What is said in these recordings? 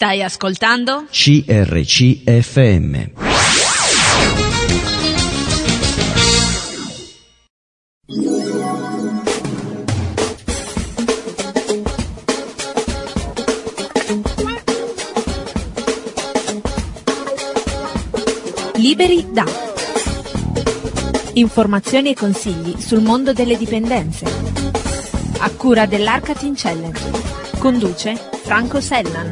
Stai ascoltando? CRC-FM. Liberi da. Informazioni e consigli sul mondo delle dipendenze. A cura dell'Arca Teen Challenge. Conduce Franco Sellan.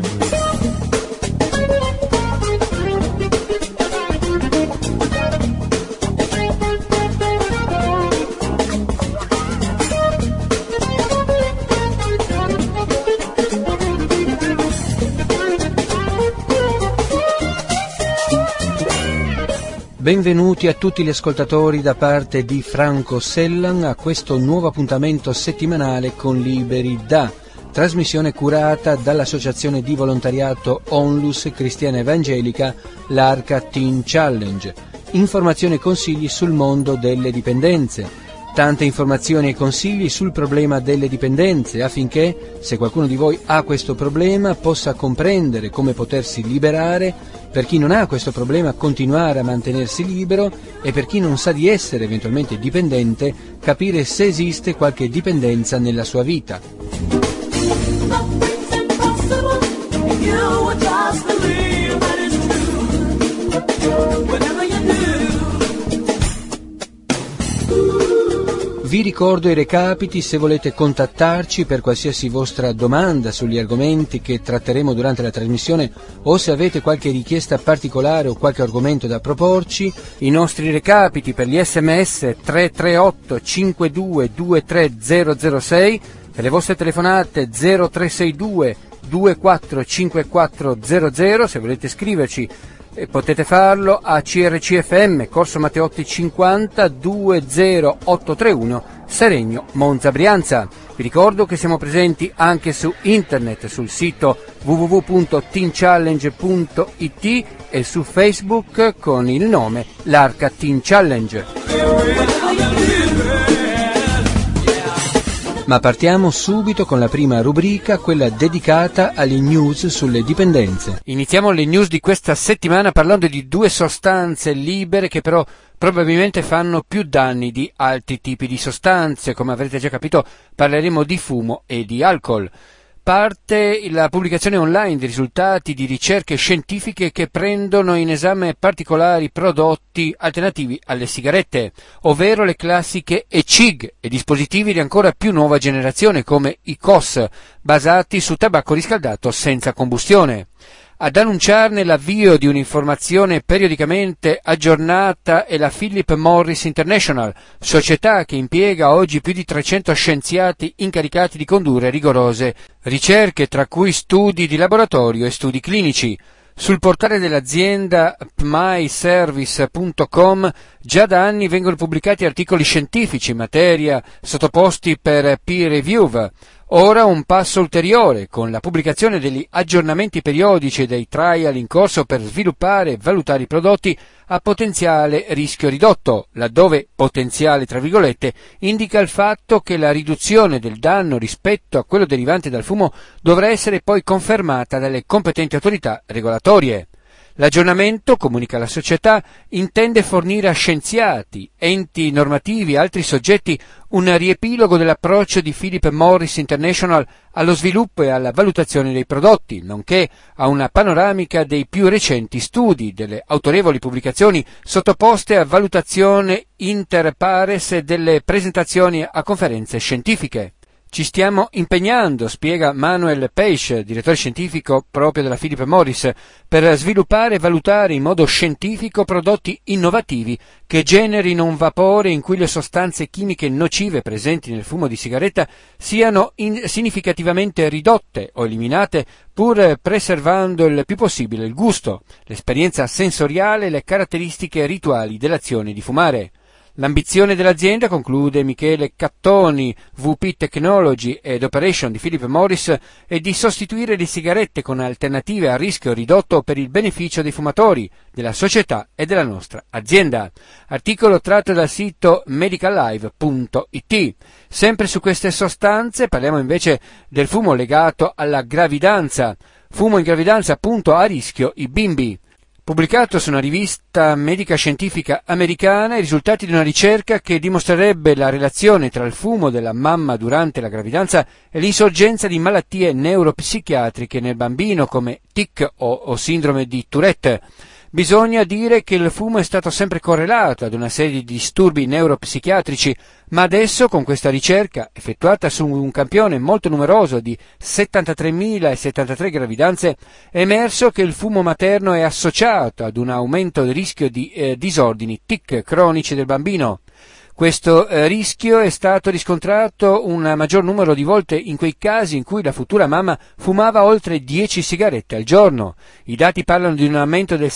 Benvenuti a tutti gli ascoltatori da parte di Franco Sellan a questo nuovo appuntamento settimanale con Liberi da, trasmissione curata dall'associazione di volontariato Onlus Cristiana Evangelica, l'Arca Teen Challenge. Informazioni e consigli sul mondo delle dipendenze. Tante informazioni e consigli sul problema delle dipendenze affinché, se qualcuno di voi ha questo problema, possa comprendere come potersi liberare, per chi non ha questo problema continuare a mantenersi libero e per chi non sa di essere eventualmente dipendente capire se esiste qualche dipendenza nella sua vita. Vi ricordo i recapiti se volete contattarci per qualsiasi vostra domanda sugli argomenti che tratteremo durante la trasmissione o se avete qualche richiesta particolare o qualche argomento da proporci. I nostri recapiti per gli SMS 338 52 23006, per le vostre telefonate 0362 245400, se volete scriverci potete farlo a CRCFM, Corso Matteotti 50 20831, Seregno, Monza, Brianza. Vi ricordo che siamo presenti anche su internet, sul sito www.teenchallenge.it e su Facebook con il nome l'Arca Teen Challenge. Ma partiamo subito con la prima rubrica, quella dedicata alle news sulle dipendenze. Iniziamo le news di questa settimana parlando di due sostanze libere che però probabilmente fanno più danni di altri tipi di sostanze. Come avrete già capito, parleremo di fumo e di alcol. Parte la pubblicazione online di risultati di ricerche scientifiche che prendono in esame particolari prodotti alternativi alle sigarette, ovvero le classiche e-cig e dispositivi di ancora più nuova generazione come i COS, basati su tabacco riscaldato senza combustione. Ad annunciarne l'avvio di un'informazione periodicamente aggiornata è la Philip Morris International, società che impiega oggi più di 300 scienziati incaricati di condurre rigorose ricerche, tra cui studi di laboratorio e studi clinici. Sul portale dell'azienda pmyservice.com già da anni vengono pubblicati articoli scientifici in materia sottoposti per peer review. Ora un passo ulteriore con la pubblicazione degli aggiornamenti periodici e dei trial in corso per sviluppare e valutare i prodotti a potenziale rischio ridotto, laddove potenziale tra virgolette indica il fatto che la riduzione del danno rispetto a quello derivante dal fumo dovrà essere poi confermata dalle competenti autorità regolatorie. L'aggiornamento, comunica la società, intende fornire a scienziati, enti normativi e altri soggetti un riepilogo dell'approccio di Philip Morris International allo sviluppo e alla valutazione dei prodotti, nonché a una panoramica dei più recenti studi, delle autorevoli pubblicazioni sottoposte a valutazione inter pares e delle presentazioni a conferenze scientifiche. Ci stiamo impegnando, spiega Manuel Peisch, direttore scientifico proprio della Philip Morris, per sviluppare e valutare in modo scientifico prodotti innovativi che generino un vapore in cui le sostanze chimiche nocive presenti nel fumo di sigaretta siano significativamente ridotte o eliminate, pur preservando il più possibile il gusto, l'esperienza sensoriale e le caratteristiche rituali dell'azione di fumare. L'ambizione dell'azienda, conclude Michele Cattoni, VP Technology ed Operation di Philip Morris, è di sostituire le sigarette con alternative a rischio ridotto per il beneficio dei fumatori, della società e della nostra azienda. Articolo tratto dal sito medicallive.it. Sempre su queste sostanze parliamo invece del fumo legato alla gravidanza. Fumo in gravidanza, punto, a rischio i bimbi. Pubblicato su una rivista medica scientifica americana i risultati di una ricerca che dimostrerebbe la relazione tra il fumo della mamma durante la gravidanza e l'insorgenza di malattie neuropsichiatriche nel bambino come tic o sindrome di Tourette. Bisogna dire che il fumo è stato sempre correlato ad una serie di disturbi neuropsichiatrici, ma adesso con questa ricerca, effettuata su un campione molto numeroso di 73.073 gravidanze, è emerso che il fumo materno è associato ad un aumento del rischio di disordini tic cronici del bambino. Questo rischio è stato riscontrato un maggior numero di volte in quei casi in cui la futura mamma fumava oltre 10 sigarette al giorno. I dati parlano di un aumento del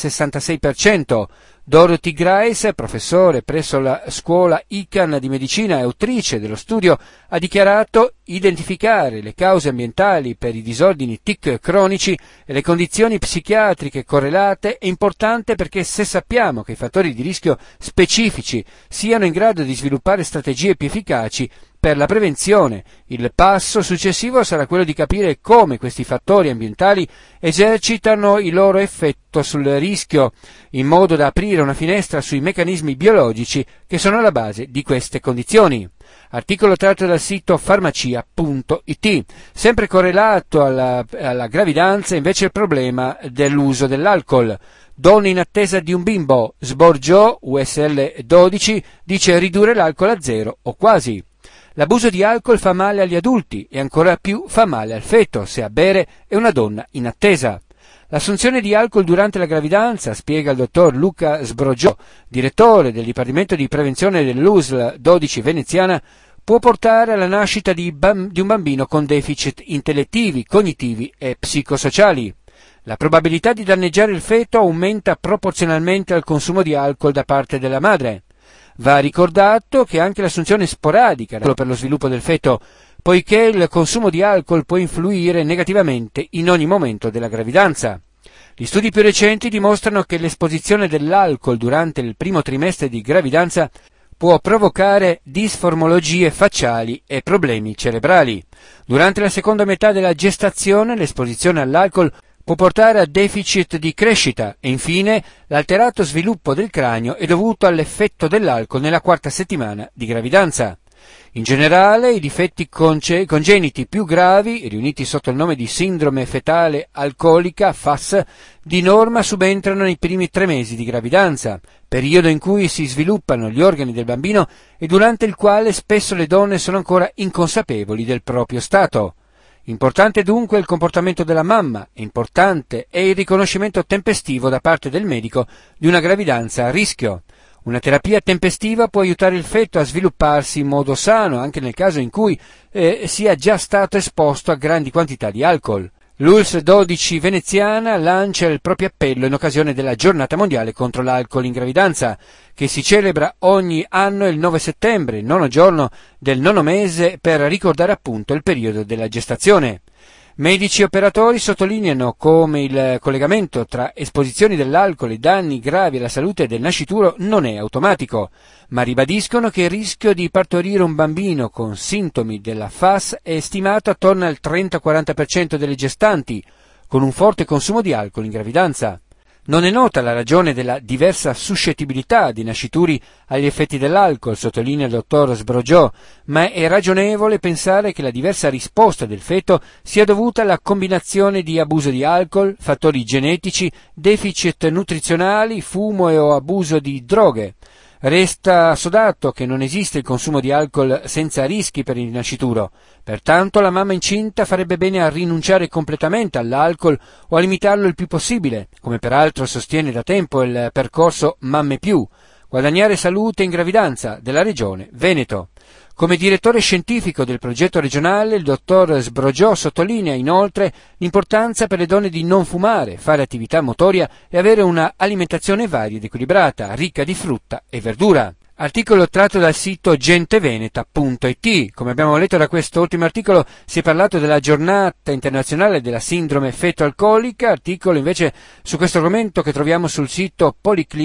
66%. Dorothy Grice, professore presso la scuola Icahn di medicina e autrice dello studio, ha dichiarato: identificare le cause ambientali per i disordini tic cronici e le condizioni psichiatriche correlate è importante, perché se sappiamo che i fattori di rischio specifici siano in grado di sviluppare strategie più efficaci per la prevenzione, il passo successivo sarà quello di capire come questi fattori ambientali esercitano il loro effetto sul rischio, in modo da aprire una finestra sui meccanismi biologici che sono alla base di queste condizioni. Articolo tratto dal sito farmacia.it. Sempre correlato alla gravidanza invece il problema dell'uso dell'alcol. Donne in attesa di un bimbo, Sborgiò, USL 12, dice ridurre l'alcol a 0 o quasi. L'abuso di alcol fa male agli adulti e ancora più fa male al feto se a bere è una donna in attesa. L'assunzione di alcol durante la gravidanza, spiega il dottor Luca Sborgiò, direttore del Dipartimento di Prevenzione dell'USL 12 veneziana, può portare alla nascita di un bambino con deficit intellettivi, cognitivi e psicosociali. La probabilità di danneggiare il feto aumenta proporzionalmente al consumo di alcol da parte della madre. Va ricordato che anche l'assunzione sporadica per lo sviluppo del feto, poiché il consumo di alcol può influire negativamente in ogni momento della gravidanza. Gli studi più recenti dimostrano che l'esposizione dell'alcol durante il primo trimestre di gravidanza può provocare disformologie facciali e problemi cerebrali. Durante la seconda metà della gestazione l'esposizione all'alcol può portare a deficit di crescita e infine l'alterato sviluppo del cranio è dovuto all'effetto dell'alcol nella quarta settimana di gravidanza. In generale, i difetti congeniti più gravi, riuniti sotto il nome di sindrome fetale alcolica, FAS, di norma subentrano nei primi 3 mesi di gravidanza, periodo in cui si sviluppano gli organi del bambino e durante il quale spesso le donne sono ancora inconsapevoli del proprio stato. Importante dunque il comportamento della mamma, importante è il riconoscimento tempestivo da parte del medico di una gravidanza a rischio. Una terapia tempestiva può aiutare il feto a svilupparsi in modo sano, anche nel caso in cui sia già stato esposto a grandi quantità di alcol. L'ULSS 12 veneziana lancia il proprio appello in occasione della Giornata Mondiale contro l'alcol in gravidanza, che si celebra ogni anno il 9 settembre, il 9° giorno del 9° mese, per ricordare appunto il periodo della gestazione. Medici e operatori sottolineano come il collegamento tra esposizioni dell'alcol e danni gravi alla salute del nascituro non è automatico, ma ribadiscono che il rischio di partorire un bambino con sintomi della FAS è stimato attorno al 30-40% delle gestanti, con un forte consumo di alcol in gravidanza. Non è nota la ragione della diversa suscettibilità dei nascituri agli effetti dell'alcol, sottolinea il dottor Sborgiò, ma è ragionevole pensare che la diversa risposta del feto sia dovuta alla combinazione di abuso di alcol, fattori genetici, deficit nutrizionali, fumo o abuso di droghe. Resta assodato che non esiste il consumo di alcol senza rischi per il nascituro, pertanto la mamma incinta farebbe bene a rinunciare completamente all'alcol o a limitarlo il più possibile, come peraltro sostiene da tempo il percorso Mamme Più, Guadagnare salute in gravidanza della regione Veneto. Come direttore scientifico del progetto regionale, il dottor Sborgiò sottolinea inoltre l'importanza per le donne di non fumare, fare attività motoria e avere una alimentazione varia ed equilibrata, ricca di frutta e verdura. Articolo tratto dal sito genteveneta.it. Come abbiamo letto da quest'ultimo articolo si è parlato della giornata internazionale della sindrome feto-alcolica, articolo invece su questo argomento che troviamo sul sito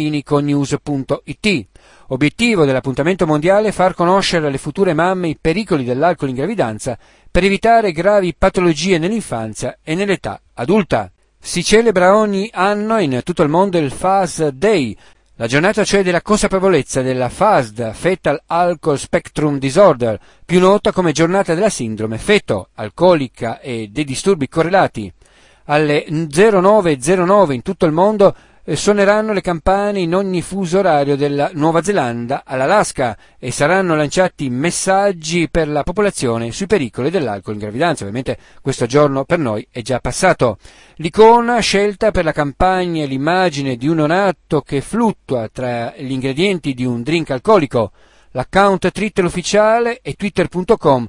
policliniconews.it. Obiettivo dell'appuntamento mondiale è far conoscere alle future mamme i pericoli dell'alcol in gravidanza per evitare gravi patologie nell'infanzia e nell'età adulta. Si celebra ogni anno in tutto il mondo il FASD Day, la giornata cioè della consapevolezza della FASD, Fetal Alcohol Spectrum Disorder, più nota come giornata della sindrome feto-alcolica e dei disturbi correlati. Alle 09:09 in tutto il mondo suoneranno le campane in ogni fuso orario della Nuova Zelanda all'Alaska e saranno lanciati messaggi per la popolazione sui pericoli dell'alcol in gravidanza. Ovviamente questo giorno per noi è già passato. L'icona scelta per la campagna è l'immagine di un neonato che fluttua tra gli ingredienti di un drink alcolico. L'account Twitter ufficiale è twitter.com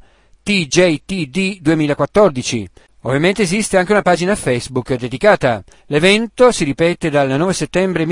TJTD 2014. Ovviamente esiste anche una pagina Facebook dedicata. L'evento si ripete dal 9 settembre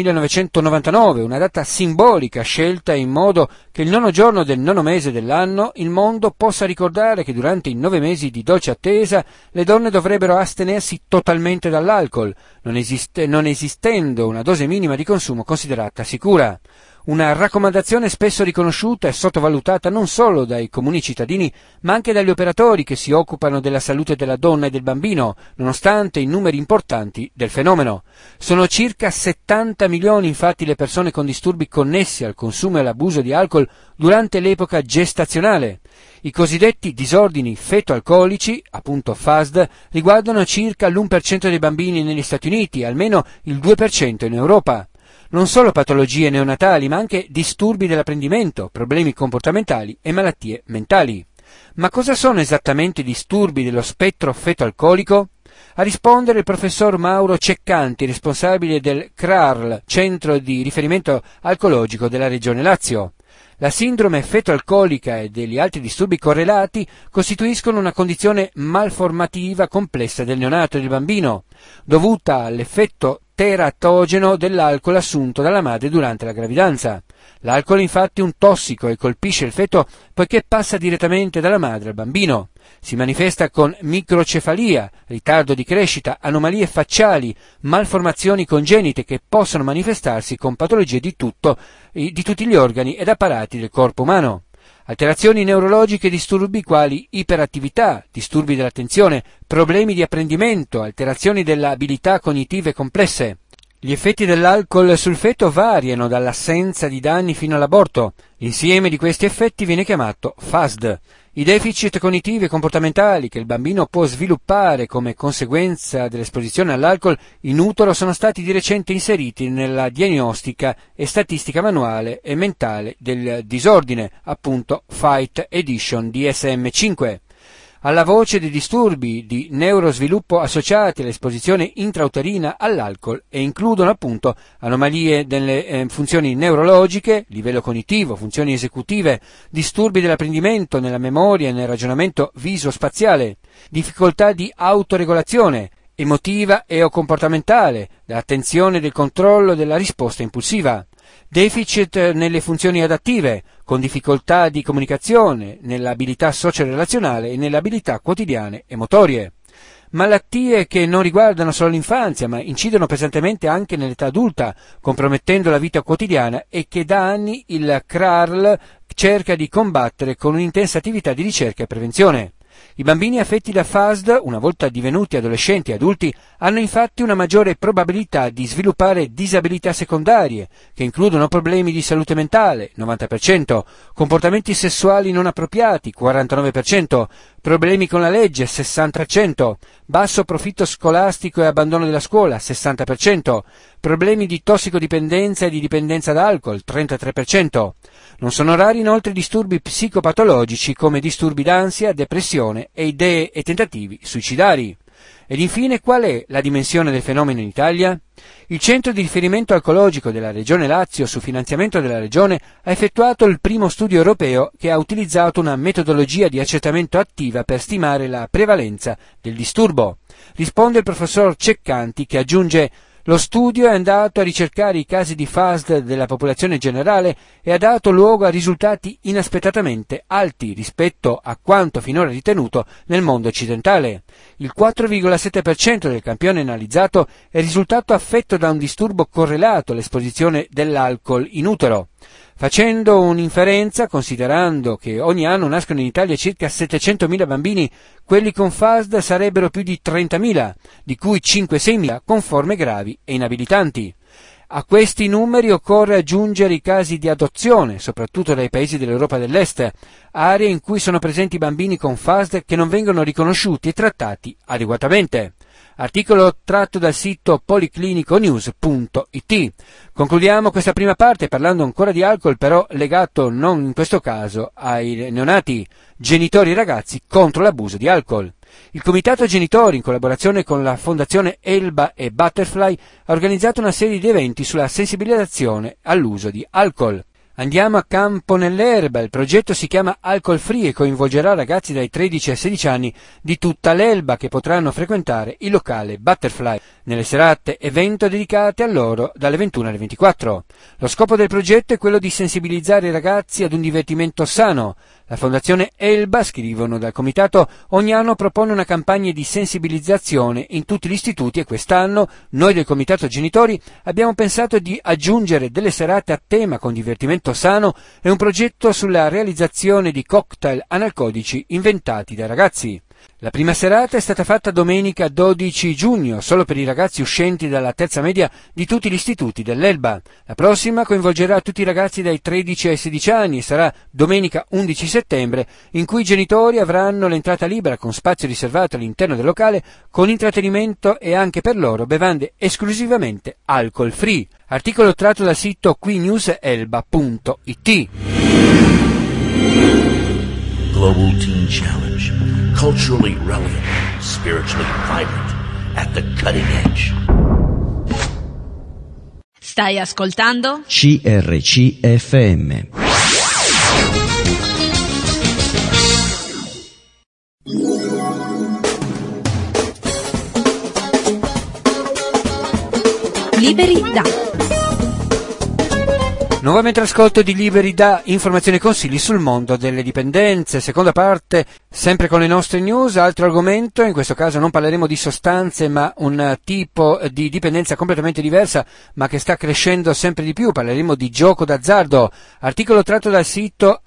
1999, una data simbolica scelta in modo che il 9° giorno del 9° mese dell'anno il mondo possa ricordare che durante i 9 mesi di dolce attesa le donne dovrebbero astenersi totalmente dall'alcol, non esistendo una dose minima di consumo considerata sicura. Una raccomandazione spesso riconosciuta e sottovalutata non solo dai comuni cittadini, ma anche dagli operatori che si occupano della salute della donna e del bambino, nonostante i numeri importanti del fenomeno. Sono circa 70 milioni infatti le persone con disturbi connessi al consumo e all'abuso di alcol durante l'epoca gestazionale. I cosiddetti disordini feto-alcolici, appunto FASD, riguardano circa l'1% dei bambini negli Stati Uniti e almeno il 2% in Europa. Non solo patologie neonatali, ma anche disturbi dell'apprendimento, problemi comportamentali e malattie mentali. Ma cosa sono esattamente i disturbi dello spettro feto-alcolico? A rispondere il professor Mauro Ceccanti, responsabile del CRARL, Centro di Riferimento Alcologico della Regione Lazio. La sindrome feto-alcolica e degli altri disturbi correlati costituiscono una condizione malformativa complessa del neonato e del bambino, dovuta all'effetto teratogeno dell'alcol assunto dalla madre durante la gravidanza. L'alcol infatti è un tossico e colpisce il feto poiché passa direttamente dalla madre al bambino. Si manifesta con microcefalia, ritardo di crescita, anomalie facciali, malformazioni congenite che possono manifestarsi con patologie di tutti gli organi ed apparati del corpo umano. Alterazioni neurologiche e disturbi quali iperattività, disturbi dell'attenzione, problemi di apprendimento, alterazioni delle abilità cognitive complesse. Gli effetti dell'alcol sul feto variano dall'assenza di danni fino all'aborto. L'insieme di questi effetti viene chiamato FASD. I deficit cognitivi e comportamentali che il bambino può sviluppare come conseguenza dell'esposizione all'alcol in utero sono stati di recente inseriti nella diagnostica e statistica manuale e mentale del disordine, appunto Fight Edition DSM-5. Alla voce dei disturbi di neurosviluppo associati all'esposizione intrauterina all'alcol e includono appunto anomalie delle funzioni neurologiche, livello cognitivo, funzioni esecutive, disturbi dell'apprendimento nella memoria e nel ragionamento viso-spaziale, difficoltà di autoregolazione, emotiva e o comportamentale, dell'attenzione e del controllo della risposta impulsiva, deficit nelle funzioni adattive, con difficoltà di comunicazione, nelle abilità socio-relazionali e nelle abilità quotidiane e motorie. Malattie che non riguardano solo l'infanzia, ma incidono pesantemente anche nell'età adulta, compromettendo la vita quotidiana e che da anni il CRARL cerca di combattere con un'intensa attività di ricerca e prevenzione. I bambini affetti da FASD, una volta divenuti adolescenti e adulti, hanno infatti una maggiore probabilità di sviluppare disabilità secondarie, che includono problemi di salute mentale, 90%, comportamenti sessuali non appropriati, 49%, problemi con la legge, 60%, basso profitto scolastico e abbandono della scuola, 60%, problemi di tossicodipendenza e di dipendenza da alcol, 33%. Non sono rari inoltre disturbi psicopatologici come disturbi d'ansia, depressione e idee e tentativi suicidari. Ed infine qual è la dimensione del fenomeno in Italia? Il centro di riferimento alcologico della Regione Lazio, su finanziamento della Regione, ha effettuato il primo studio europeo che ha utilizzato una metodologia di accertamento attiva per stimare la prevalenza del disturbo. Risponde il professor Ceccanti che aggiunge: lo studio è andato a ricercare i casi di FASD della popolazione generale e ha dato luogo a risultati inaspettatamente alti rispetto a quanto finora ritenuto nel mondo occidentale. Il 4,7% del campione analizzato è risultato affetto da un disturbo correlato all'esposizione dell'alcol in utero. Facendo un'inferenza, considerando che ogni anno nascono in Italia circa 700.000 bambini, quelli con FASD sarebbero più di 30.000, di cui 5-6.000 con forme gravi e inabilitanti. A questi numeri occorre aggiungere i casi di adozione, soprattutto dai paesi dell'Europa dell'Est, aree in cui sono presenti bambini con FASD che non vengono riconosciuti e trattati adeguatamente. Articolo tratto dal sito policliniconews.it. Concludiamo questa prima parte parlando ancora di alcol, però legato non in questo caso ai neonati, genitori e ragazzi contro l'abuso di alcol. Il Comitato Genitori, in collaborazione con la Fondazione Elba e Butterfly, ha organizzato una serie di eventi sulla sensibilizzazione all'uso di alcol. Andiamo a campo nell'erba, il progetto si chiama Alcol Free e coinvolgerà ragazzi dai 13 ai 16 anni di tutta l'Elba che potranno frequentare il locale Butterfly nelle serate evento dedicate a loro dalle 21 alle 24. Lo scopo del progetto è quello di sensibilizzare i ragazzi ad un divertimento sano. La Fondazione Elba, scrivono dal comitato, ogni anno propone una campagna di sensibilizzazione in tutti gli istituti e quest'anno noi del Comitato Genitori abbiamo pensato di aggiungere delle serate a tema con divertimento sano e un progetto sulla realizzazione di cocktail analcolici inventati dai ragazzi. La prima serata è stata fatta domenica 12 giugno, solo per i ragazzi uscenti dalla terza media di tutti gli istituti dell'Elba. La prossima coinvolgerà tutti i ragazzi dai 13 ai 16 anni e sarà domenica 11 settembre, in cui i genitori avranno l'entrata libera con spazio riservato all'interno del locale, con intrattenimento e anche per loro bevande esclusivamente alcol free. Articolo tratto dal sito quinewselba.it. Global Teen Challenge. Culturally relevant, spiritually vibrant, at the cutting edge. Stai ascoltando? CRCFM. Liberi da. Nuovamente ascolto di Liberi da informazioni e consigli sul mondo delle dipendenze. Seconda parte, sempre con le nostre news, altro argomento, in questo caso non parleremo di sostanze ma un tipo di dipendenza completamente diversa ma che sta crescendo sempre di più, parleremo di gioco d'azzardo. Articolo tratto dal sito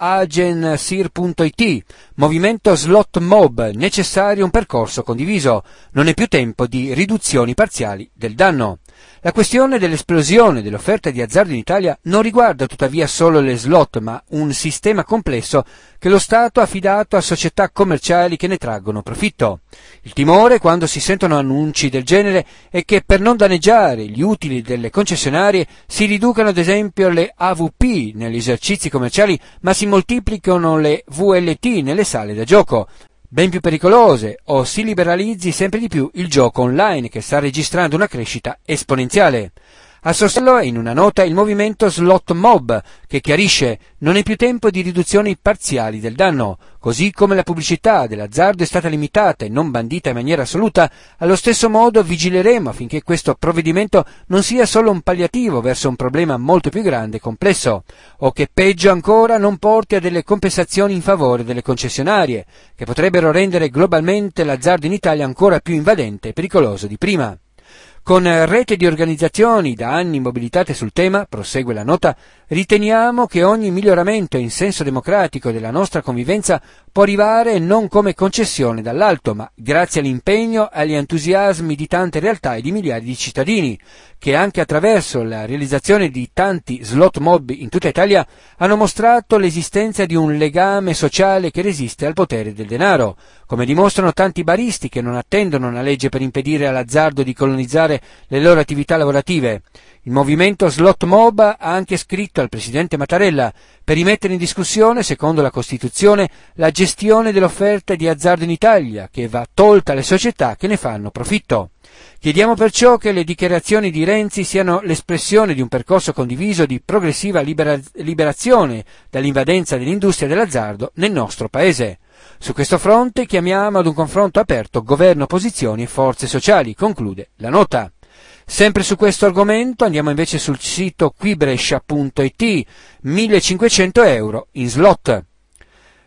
agensir.it. Movimento Slot Mob, necessario un percorso condiviso, non è più tempo di riduzioni parziali del danno. La questione dell'esplosione dell'offerta di azzardo in Italia non riguarda tuttavia solo le slot, ma un sistema complesso che lo Stato ha affidato a società commerciali che ne traggono profitto. Il timore, quando si sentono annunci del genere, è che per non danneggiare gli utili delle concessionarie si riducano ad esempio le AVP negli esercizi commerciali, ma si moltiplicano le VLT nelle sale da gioco. Ben più pericolose, o si liberalizzi sempre di più il gioco online che sta registrando una crescita esponenziale. A sostenerlo è in una nota il movimento Slot Mob, che chiarisce non è più tempo di riduzioni parziali del danno. Così come la pubblicità dell'azzardo è stata limitata e non bandita in maniera assoluta, allo stesso modo vigileremo affinché questo provvedimento non sia solo un palliativo verso un problema molto più grande e complesso, o che peggio ancora non porti a delle compensazioni in favore delle concessionarie, che potrebbero rendere globalmente l'azzardo in Italia ancora più invadente e pericoloso di prima. Con rete di organizzazioni da anni mobilitate sul tema, prosegue la nota, riteniamo che ogni miglioramento in senso democratico della nostra convivenza può arrivare non come concessione dall'alto, ma grazie all'impegno e agli entusiasmi di tante realtà e di migliaia di cittadini, che anche attraverso la realizzazione di tanti slot mob in tutta Italia hanno mostrato l'esistenza di un legame sociale che resiste al potere del denaro, come dimostrano tanti baristi che non attendono una legge per impedire all'azzardo di colonizzare le loro attività lavorative. Il movimento Slot Mob ha anche scritto al presidente Mattarella per rimettere in discussione, secondo la Costituzione, la gestione dell'offerta di azzardo in Italia, che va tolta alle società che ne fanno profitto. Chiediamo perciò che le dichiarazioni di Renzi siano l'espressione di un percorso condiviso di progressiva liberazione dall'invadenza dell'industria dell'azzardo nel nostro Paese. Su questo fronte chiamiamo ad un confronto aperto governo, opposizioni e forze sociali, conclude la nota. Sempre su questo argomento andiamo invece sul sito quibrescia.it, 1.500 euro in slot.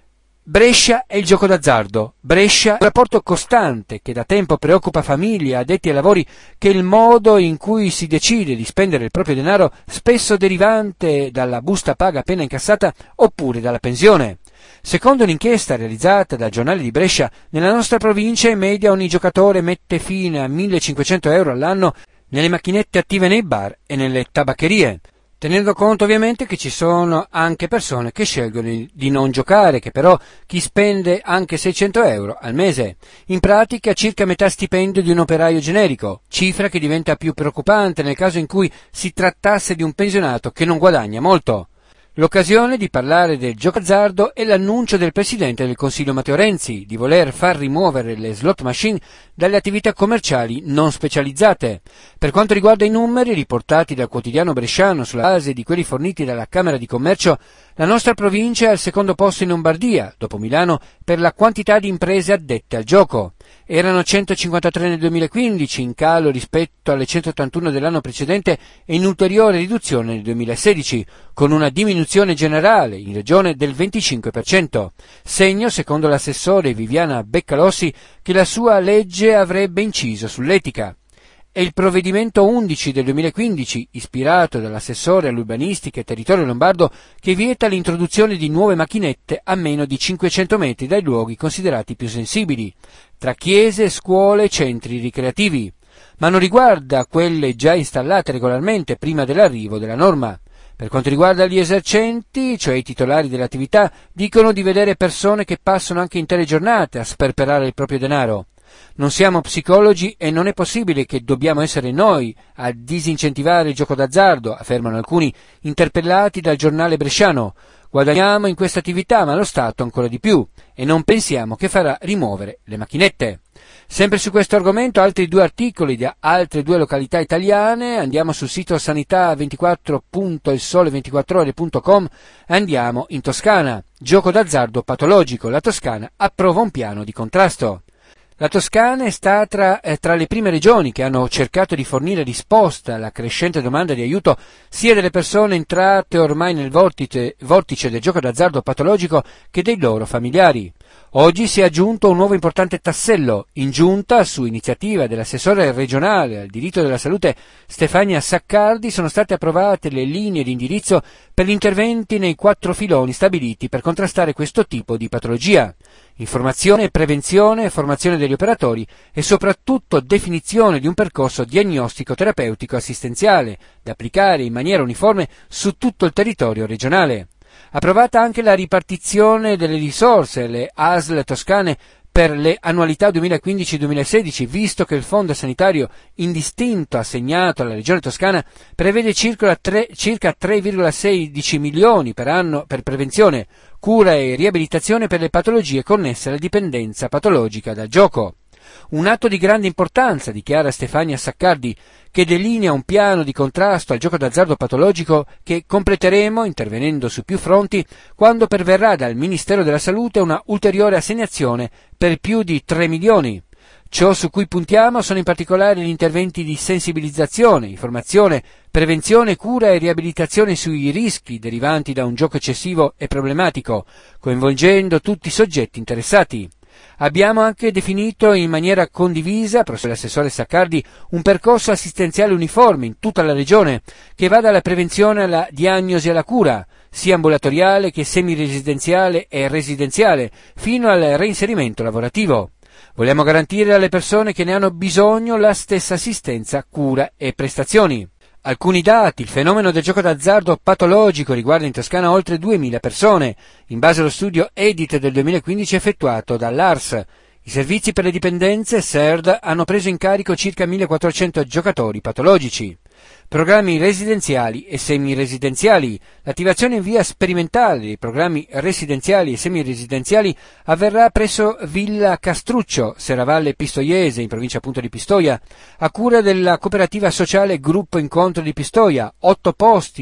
Brescia e il gioco d'azzardo. Brescia è un rapporto costante che da tempo preoccupa famiglie e addetti ai lavori, che il modo in cui si decide di spendere il proprio denaro, spesso derivante dalla busta paga appena incassata oppure dalla pensione. Secondo un'inchiesta realizzata dal Giornale di Brescia, nella nostra provincia in media ogni giocatore mette fine a 1.500 euro all'anno nelle macchinette attive nei bar e nelle tabaccherie. Tenendo conto ovviamente che ci sono anche persone che scelgono di non giocare, che però chi spende anche 600 euro al mese, in pratica circa metà stipendio di un operaio generico, cifra che diventa più preoccupante nel caso in cui si trattasse di un pensionato che non guadagna molto. L'occasione di parlare del gioco d'azzardo è l'annuncio del Presidente del Consiglio Matteo Renzi di voler far rimuovere le slot machine dalle attività commerciali non specializzate. Per quanto riguarda i numeri riportati dal quotidiano bresciano sulla base di quelli forniti dalla Camera di Commercio, la nostra provincia è al secondo posto in Lombardia, dopo Milano, per la quantità di imprese addette al gioco. Erano 153 nel 2015, in calo rispetto alle 181 dell'anno precedente e in ulteriore riduzione nel 2016, con una diminuzione generale in regione del 25%, segno, secondo l'assessore Viviana Beccalossi, che la sua legge avrebbe inciso sull'etica. È il provvedimento 11 del 2015, ispirato dall'assessore all'urbanistica e territorio lombardo, che vieta l'introduzione di nuove macchinette a meno di 500 metri dai luoghi considerati più sensibili, tra chiese, scuole e centri ricreativi, ma non riguarda quelle già installate regolarmente prima dell'arrivo della norma. Per quanto riguarda gli esercenti, cioè i titolari dell'attività, dicono di vedere persone che passano anche intere giornate a sperperare il proprio denaro. Non siamo psicologi e non è possibile che dobbiamo essere noi a disincentivare il gioco d'azzardo, affermano alcuni interpellati dal giornale bresciano. Guadagniamo in questa attività, ma lo Stato ancora di più, e non pensiamo che farà rimuovere le macchinette. Sempre su questo argomento altri due articoli da altre due località italiane. Andiamo sul sito sanità24.ilsole24ore.com e andiamo in Toscana. Gioco d'azzardo patologico, la Toscana approva un piano di contrasto. La Toscana è stata tra le prime regioni che hanno cercato di fornire risposta alla crescente domanda di aiuto sia delle persone entrate ormai nel vortice del gioco d'azzardo patologico che dei loro familiari. Oggi si è aggiunto un nuovo importante tassello. In giunta, su iniziativa dell'assessore regionale al diritto della salute Stefania Saccardi, sono state approvate le linee di indirizzo per gli interventi nei 4 filoni stabiliti per contrastare questo tipo di patologia: informazione, prevenzione, formazione degli operatori e soprattutto definizione di un percorso diagnostico-terapeutico assistenziale da applicare in maniera uniforme su tutto il territorio regionale. Approvata anche la ripartizione delle risorse alle ASL toscane per le annualità 2015-2016, visto che il fondo sanitario indistinto assegnato alla Regione Toscana prevede circa 3,16 milioni per anno per prevenzione, cura e riabilitazione per le patologie connesse alla dipendenza patologica dal gioco. Un atto di grande importanza, dichiara Stefania Saccardi, che delinea un piano di contrasto al gioco d'azzardo patologico che completeremo, intervenendo su più fronti, quando perverrà dal Ministero della Salute una ulteriore assegnazione per più di 3 milioni. Ciò su cui puntiamo sono in particolare gli interventi di sensibilizzazione, informazione, prevenzione, cura e riabilitazione sui rischi derivanti da un gioco eccessivo e problematico, coinvolgendo tutti i soggetti interessati. Abbiamo anche definito in maniera condivisa, prosegue l'assessore Saccardi, un percorso assistenziale uniforme in tutta la regione che va dalla prevenzione alla diagnosi e alla cura, sia ambulatoriale che semiresidenziale e residenziale, fino al reinserimento lavorativo. Vogliamo garantire alle persone che ne hanno bisogno la stessa assistenza, cura e prestazioni. Alcuni dati: il fenomeno del gioco d'azzardo patologico riguarda in Toscana oltre 2.000 persone, in base allo studio Edit del 2015 effettuato dall'ARS. I servizi per le dipendenze SERD hanno preso in carico circa 1.400 giocatori patologici. Programmi residenziali e semiresidenziali. L'attivazione in via sperimentale dei programmi residenziali e semiresidenziali avverrà presso Villa Castruccio, Serravalle Pistoiese, in provincia appunto di Pistoia, a cura della cooperativa sociale Gruppo Incontro di Pistoia. 8 posti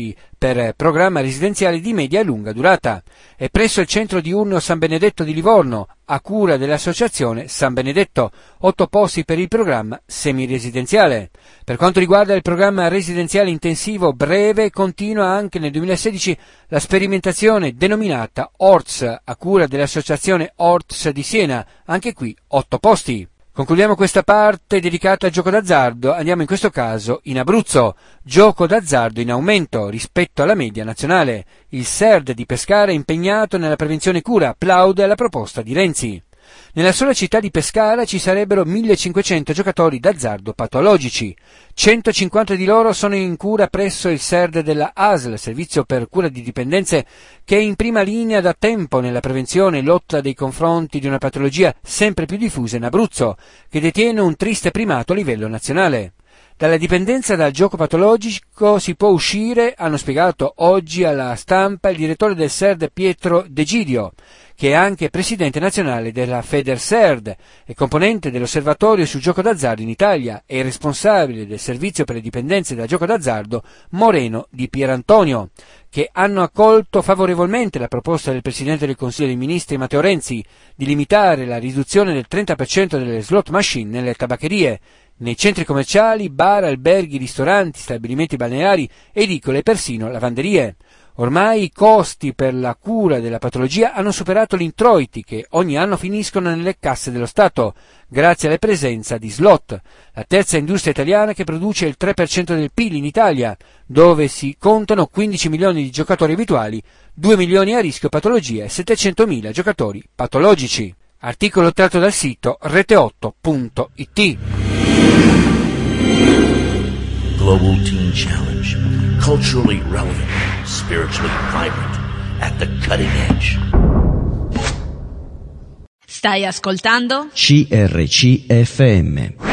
per programma residenziale di media e lunga durata. È presso il centro diurno San Benedetto di Livorno, a cura dell'associazione San Benedetto, 8 posti per il programma semiresidenziale. Per quanto riguarda il programma residenziale intensivo breve, continua anche nel 2016 la sperimentazione denominata ORTS, a cura dell'associazione ORTS di Siena, anche qui 8 posti. Concludiamo questa parte dedicata al gioco d'azzardo, andiamo in questo caso in Abruzzo. Gioco d'azzardo in aumento rispetto alla media nazionale. Il SERD di Pescara è impegnato nella prevenzione e cura, applaude alla proposta di Renzi. Nella sola città di Pescara ci sarebbero 1500 giocatori d'azzardo patologici. 150 di loro sono in cura presso il SERD della ASL, Servizio per Cura di Dipendenze, che è in prima linea da tempo nella prevenzione e lotta nei confronti di una patologia sempre più diffusa in Abruzzo, che detiene un triste primato a livello nazionale. Dalla dipendenza dal gioco patologico si può uscire, hanno spiegato oggi alla stampa il direttore del SERD Pietro De Gidio, che è anche presidente nazionale della Federserd e componente dell'osservatorio sul gioco d'azzardo in Italia e il responsabile del servizio per le dipendenze da gioco d'azzardo Moreno Di Pierantonio, che hanno accolto favorevolmente la proposta del Presidente del Consiglio dei Ministri Matteo Renzi di limitare la riduzione del 30% delle slot machine nelle tabaccherie, nei centri commerciali, bar, alberghi, ristoranti, stabilimenti balneari, edicole e persino lavanderie. Ormai i costi per la cura della patologia hanno superato gli introiti che ogni anno finiscono nelle casse dello Stato, grazie alla presenza di slot, la terza industria italiana che produce il 3% del PIL in Italia, dove si contano 15 milioni di giocatori abituali, 2 milioni a rischio patologia e 700.000 giocatori patologici. Articolo tratto dal sito rete8.it. Global Teen Challenge. Culturally relevant, spiritually vibrant, at the cutting edge. Stai ascoltando? CRCFM.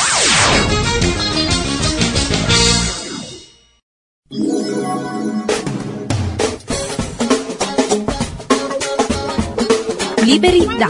Liberi da.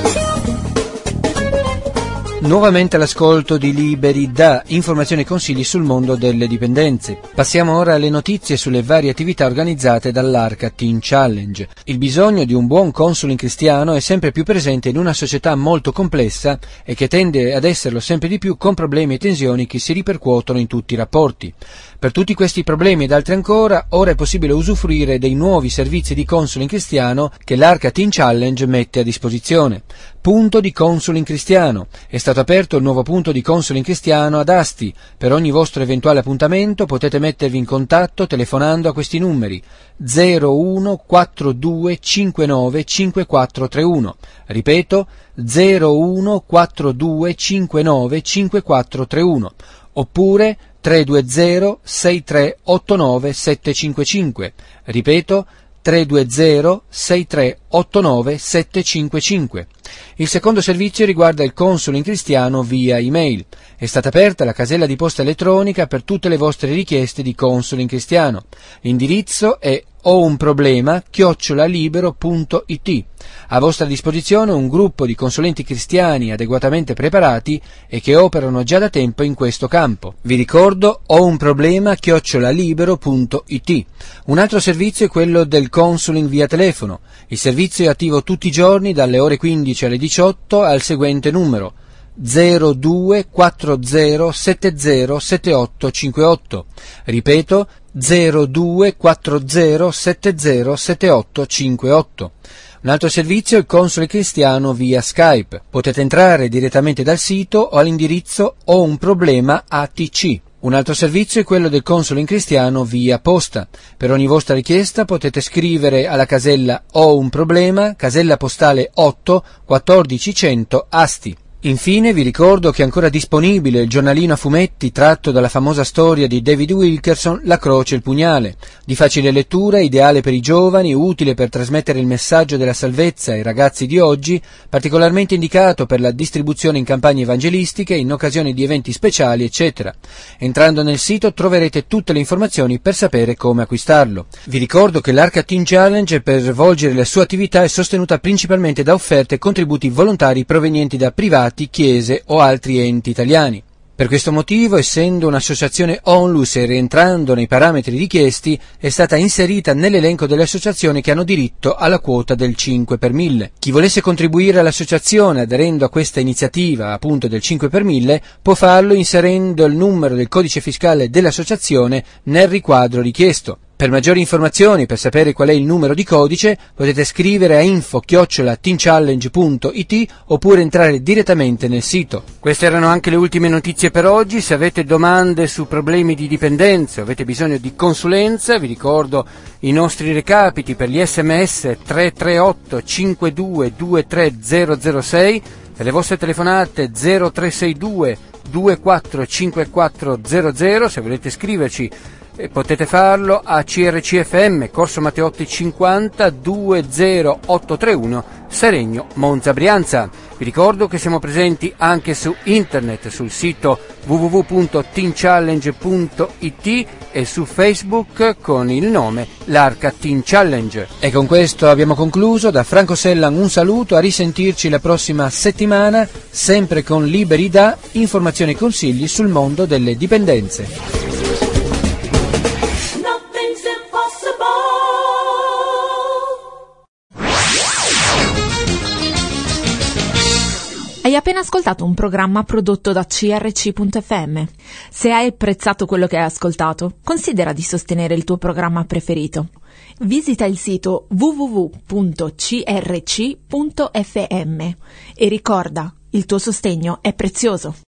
Nuovamente all'ascolto di Liberi da, informazioni e consigli sul mondo delle dipendenze. Passiamo ora alle notizie sulle varie attività organizzate dall'Arca Teen Challenge. Il bisogno di un buon consulting cristiano è sempre più presente in una società molto complessa e che tende ad esserlo sempre di più, con problemi e tensioni che si ripercuotono in tutti i rapporti. Per tutti questi problemi ed altri ancora, ora è possibile usufruire dei nuovi servizi di consulting cristiano che l'Arca Teen Challenge mette a disposizione. Punto di consulting cristiano. È stato aperto il nuovo punto di consulting cristiano ad Asti. Per ogni vostro eventuale appuntamento potete mettervi in contatto telefonando a questi numeri: 0142595431. Ripeto, 0142595431. Oppure 320 6389 755. Ripeto, 320 6389 755. Il secondo servizio riguarda il consulting cristiano via email. È stata aperta la casella di posta elettronica per tutte le vostre richieste di consulting cristiano. L'indirizzo è hounproblema@libero.it. A vostra disposizione un gruppo di consulenti cristiani adeguatamente preparati e che operano già da tempo in questo campo. Vi ricordo hounproblema@libero.it. Un altro servizio è quello del consuling via telefono. Il servizio è attivo tutti i giorni dalle ore 15 alle 18 al seguente numero: 0240707858. Ripeto, 0240707858. Un altro servizio è il console cristiano via Skype. Potete entrare direttamente dal sito o all'indirizzo Ho un problema ATC. Un altro servizio è quello del consuling cristiano via posta. Per ogni vostra richiesta potete scrivere alla casella Ho un problema, casella postale 8 14100 Asti. Infine vi ricordo che è ancora disponibile il giornalino a fumetti tratto dalla famosa storia di David Wilkerson, La croce e il pugnale, di facile lettura, ideale per i giovani, utile per trasmettere il messaggio della salvezza ai ragazzi di oggi, particolarmente indicato per la distribuzione in campagne evangelistiche, in occasione di eventi speciali, eccetera. Entrando nel sito troverete tutte le informazioni per sapere come acquistarlo. Vi ricordo che l'Arca Teen Challenge, per svolgere la sua attività, è sostenuta principalmente da offerte e contributi volontari provenienti da privati, chiese o altri enti italiani. Per questo motivo, essendo un'associazione ONLUS e rientrando nei parametri richiesti, è stata inserita nell'elenco delle associazioni che hanno diritto alla quota del 5 per 1000. Chi volesse contribuire all'associazione aderendo a questa iniziativa, appunto del 5 per 1000, può farlo inserendo il numero del codice fiscale dell'associazione nel riquadro richiesto. Per maggiori informazioni, per sapere qual è il numero di codice, potete scrivere a info@teenchallenge.it oppure entrare direttamente nel sito. Queste erano anche le ultime notizie per oggi. Se avete domande su problemi di dipendenza o avete bisogno di consulenza, vi ricordo i nostri recapiti per gli SMS 338 52 23006, per le vostre telefonate 0362 245400. Se volete scriverci potete farlo a CRCFM, Corso Matteotti 50 20831, Seregno, Monza, Brianza. Vi ricordo che siamo presenti anche su internet, sul sito www.teenchallenge.it e su Facebook con il nome L'Arca Teen Challenge. E con questo abbiamo concluso. Da Franco Sellan un saluto, a risentirci la prossima settimana, sempre con Liberi da, informazioni e consigli sul mondo delle dipendenze. Hai appena ascoltato un programma prodotto da CRC.fm. Se hai apprezzato quello che hai ascoltato, considera di sostenere il tuo programma preferito. Visita il sito www.crc.fm e ricorda, il tuo sostegno è prezioso.